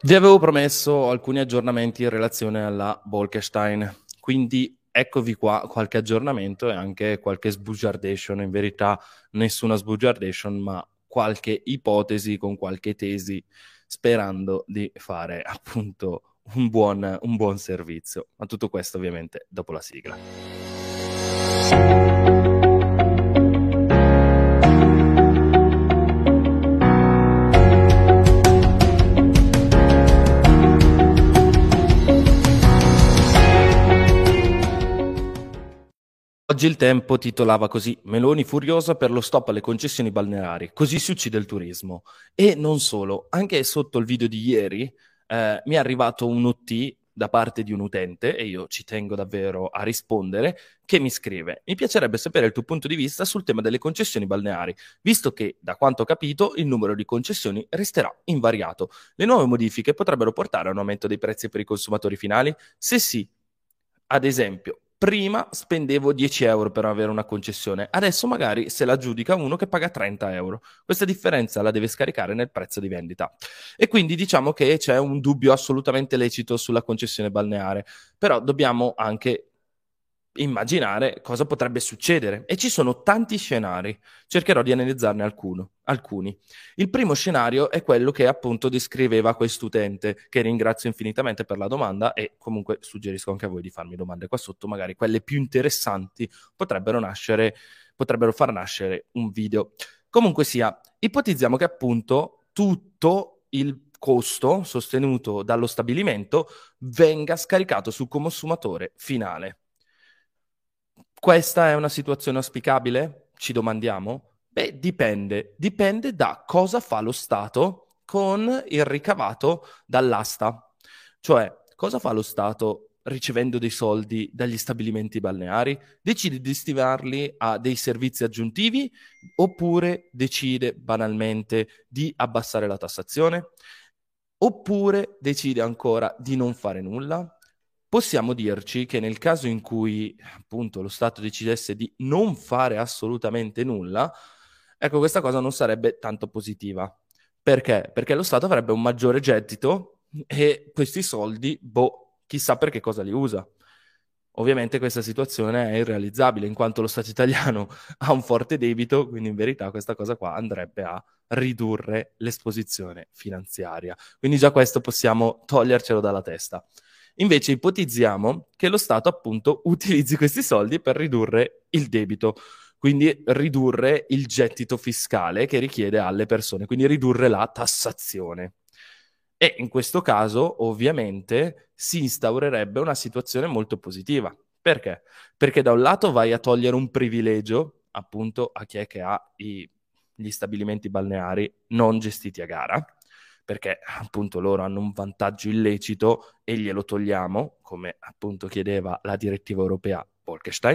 Vi avevo promesso alcuni aggiornamenti in relazione alla Bolkestein, quindi eccovi qua qualche aggiornamento e anche qualche sbugiardation. In verità nessuna sbugiardation, ma qualche ipotesi con qualche tesi, sperando di fare appunto un buon servizio. Ma tutto questo ovviamente dopo la sigla. Oggi il Tempo titolava così: Meloni furiosa per lo stop alle concessioni balneari, così si uccide il turismo. E non solo, anche sotto il video di ieri mi è arrivato un OT da parte di un utente, e io ci tengo davvero a rispondere, che mi scrive: mi piacerebbe sapere il tuo punto di vista sul tema delle concessioni balneari, visto che, da quanto ho capito, il numero di concessioni resterà invariato. Le nuove modifiche potrebbero portare a un aumento dei prezzi per i consumatori finali? Se sì, ad esempio, prima spendevo 10 euro per avere una concessione, adesso magari se la giudica uno che paga 30 euro. Questa differenza la deve scaricare nel prezzo di vendita. E quindi diciamo che c'è un dubbio assolutamente lecito sulla concessione balneare, però dobbiamo anche immaginare cosa potrebbe succedere. E ci sono tanti scenari. Cercherò di analizzarne alcuni. Il primo scenario è quello che appunto descriveva quest'utente, che ringrazio infinitamente per la domanda e comunque suggerisco anche a voi di farmi domande qua sotto, magari quelle più interessanti potrebbero far nascere un video. Comunque sia, ipotizziamo che appunto tutto il costo sostenuto dallo stabilimento venga scaricato sul consumatore finale. Questa è una situazione auspicabile? Ci domandiamo? Beh, dipende da cosa fa lo Stato con il ricavato dall'asta. Cioè, cosa fa lo Stato ricevendo dei soldi dagli stabilimenti balneari? Decide di destinarli a dei servizi aggiuntivi oppure decide banalmente di abbassare la tassazione? Oppure decide ancora di non fare nulla? Possiamo dirci che nel caso in cui appunto lo Stato decidesse di non fare assolutamente nulla, ecco, questa cosa non sarebbe tanto positiva. Perché? Perché lo Stato avrebbe un maggiore gettito e questi soldi, boh, chissà per che cosa li usa. Ovviamente questa situazione è irrealizzabile in quanto lo Stato italiano ha un forte debito, quindi in verità questa cosa qua andrebbe a ridurre l'esposizione finanziaria. Quindi già questo possiamo togliercelo dalla testa. Invece ipotizziamo che lo Stato appunto utilizzi questi soldi per ridurre il debito, quindi ridurre il gettito fiscale che richiede alle persone, quindi ridurre la tassazione. E in questo caso, ovviamente, si instaurerebbe una situazione molto positiva. Perché? Perché da un lato vai a togliere un privilegio, appunto, a chi è che ha gli stabilimenti balneari non gestiti a gara, perché appunto loro hanno un vantaggio illecito e glielo togliamo, come appunto chiedeva la direttiva europea Bolkestein,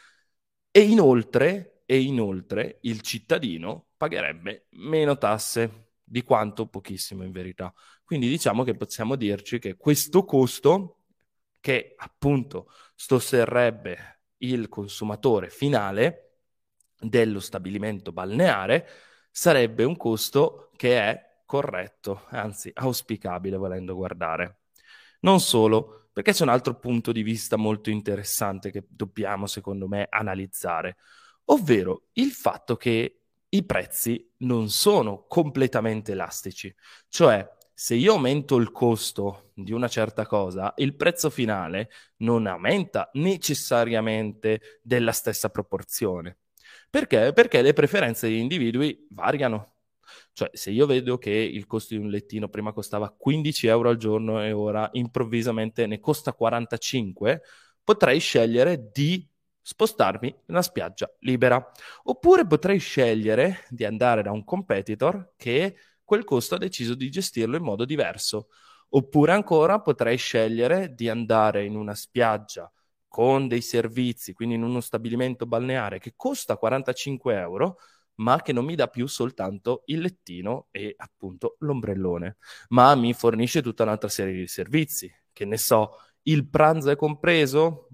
e inoltre il cittadino pagherebbe meno tasse, di quanto pochissimo in verità. Quindi diciamo che possiamo dirci che questo costo, che appunto sosterrebbe il consumatore finale dello stabilimento balneare, sarebbe un costo che è corretto, anzi auspicabile volendo guardare. Non solo, perché c'è un altro punto di vista molto interessante che dobbiamo, secondo me, analizzare, ovvero il fatto che i prezzi non sono completamente elastici. Cioè, se io aumento il costo di una certa cosa, il prezzo finale non aumenta necessariamente della stessa proporzione. Perché? Perché le preferenze degli individui variano. Cioè, se io vedo che il costo di un lettino prima costava 15 euro al giorno e ora improvvisamente ne costa 45, potrei scegliere di spostarmi in una spiaggia libera. Oppure potrei scegliere di andare da un competitor che quel costo ha deciso di gestirlo in modo diverso. Oppure ancora potrei scegliere di andare in una spiaggia con dei servizi, quindi in uno stabilimento balneare che costa 45 euro, ma che non mi dà più soltanto il lettino e appunto l'ombrellone, ma mi fornisce tutta un'altra serie di servizi. Che ne so, il pranzo è compreso?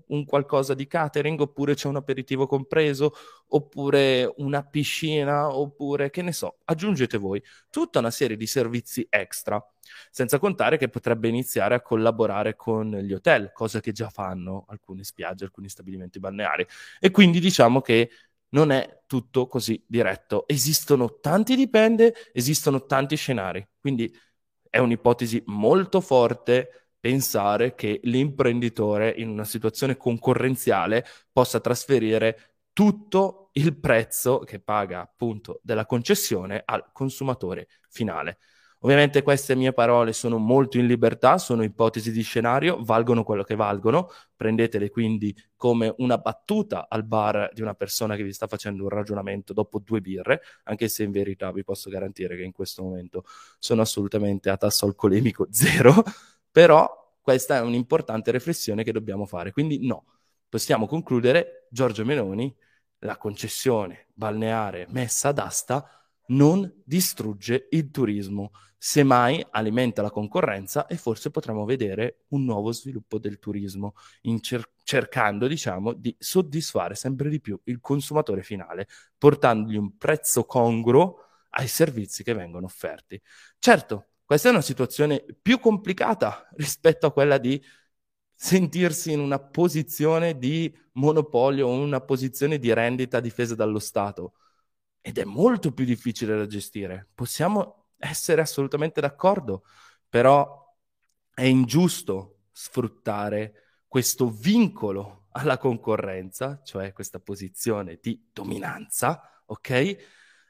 un qualcosa di catering, oppure c'è un aperitivo compreso, oppure una piscina, oppure che ne so, aggiungete voi tutta una serie di servizi extra, senza contare che potrebbe iniziare a collaborare con gli hotel, cosa che già fanno alcune spiagge, alcuni stabilimenti balneari. E quindi diciamo che non è tutto così diretto. Esistono tanti dipende, esistono tanti scenari. Quindi è un'ipotesi molto forte pensare che l'imprenditore in una situazione concorrenziale possa trasferire tutto il prezzo che paga appunto della concessione al consumatore finale. Ovviamente queste mie parole sono molto in libertà, sono ipotesi di scenario, valgono quello che valgono, prendetele quindi come una battuta al bar di una persona che vi sta facendo un ragionamento dopo 2 birre, anche se in verità vi posso garantire che in questo momento sono assolutamente a tasso alcolemico zero, però questa è un'importante riflessione che dobbiamo fare. Quindi no, possiamo concludere, Giorgia Meloni, la concessione balneare messa ad asta non distrugge il turismo, semmai alimenta la concorrenza e forse potremo vedere un nuovo sviluppo del turismo, cercando, diciamo, di soddisfare sempre di più il consumatore finale, portandogli un prezzo congruo ai servizi che vengono offerti. Certo, questa è una situazione più complicata rispetto a quella di sentirsi in una posizione di monopolio o una posizione di rendita difesa dallo Stato. Ed è molto più difficile da gestire. Possiamo essere assolutamente d'accordo, però è ingiusto sfruttare questo vincolo alla concorrenza, cioè questa posizione di dominanza, ok?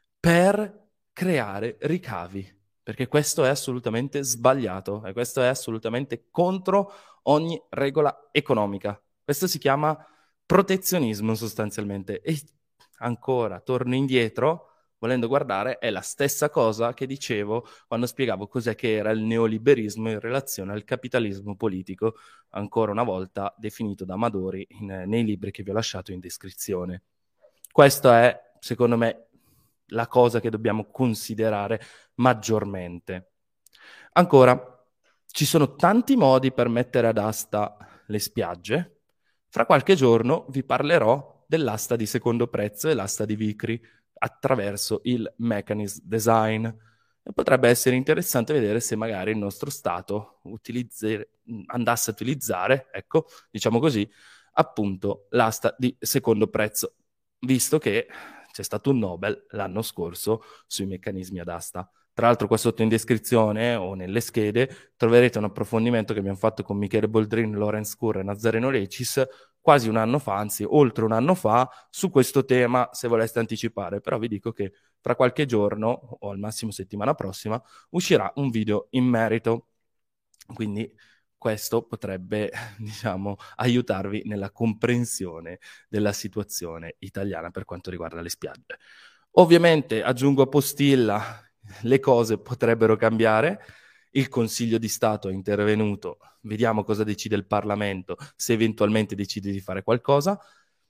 Per creare ricavi, perché questo è assolutamente sbagliato e questo è assolutamente contro ogni regola economica. Questo si chiama protezionismo sostanzialmente. E ancora, torno indietro, volendo guardare, è la stessa cosa che dicevo quando spiegavo cos'è che era il neoliberismo in relazione al capitalismo politico, ancora una volta definito da Amadori nei libri che vi ho lasciato in descrizione. Questa è, secondo me, la cosa che dobbiamo considerare maggiormente. Ancora, ci sono tanti modi per mettere ad asta le spiagge. Fra qualche giorno vi parlerò dell'asta di secondo prezzo e l'asta di Vicri attraverso il mechanism design. E potrebbe essere interessante vedere se magari il nostro Stato andasse a utilizzare, ecco, diciamo così, appunto l'asta di secondo prezzo, visto che c'è stato un Nobel l'anno scorso sui meccanismi ad asta. Tra l'altro qua sotto in descrizione o nelle schede troverete un approfondimento che abbiamo fatto con Michele Boldrin, Lorenz Curra e Nazareno Recis quasi un anno fa, anzi oltre un anno fa, su questo tema se voleste anticipare. Però vi dico che fra qualche giorno o al massimo settimana prossima uscirà un video in merito. Quindi questo potrebbe, diciamo, aiutarvi nella comprensione della situazione italiana per quanto riguarda le spiagge. Ovviamente, aggiungo a postilla, le cose potrebbero cambiare. Il Consiglio di Stato è intervenuto, vediamo cosa decide il Parlamento, se eventualmente decide di fare qualcosa.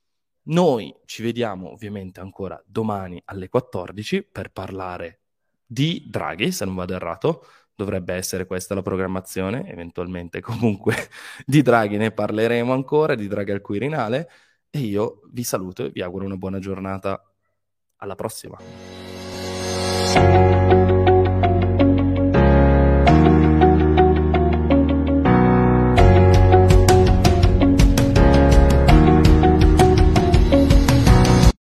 Noi ci vediamo ovviamente ancora domani alle 14 per parlare di Draghi, se non vado errato. Dovrebbe essere questa la programmazione, eventualmente comunque di Draghi ne parleremo ancora, di Draghi al Quirinale, e io vi saluto e vi auguro una buona giornata. Alla prossima.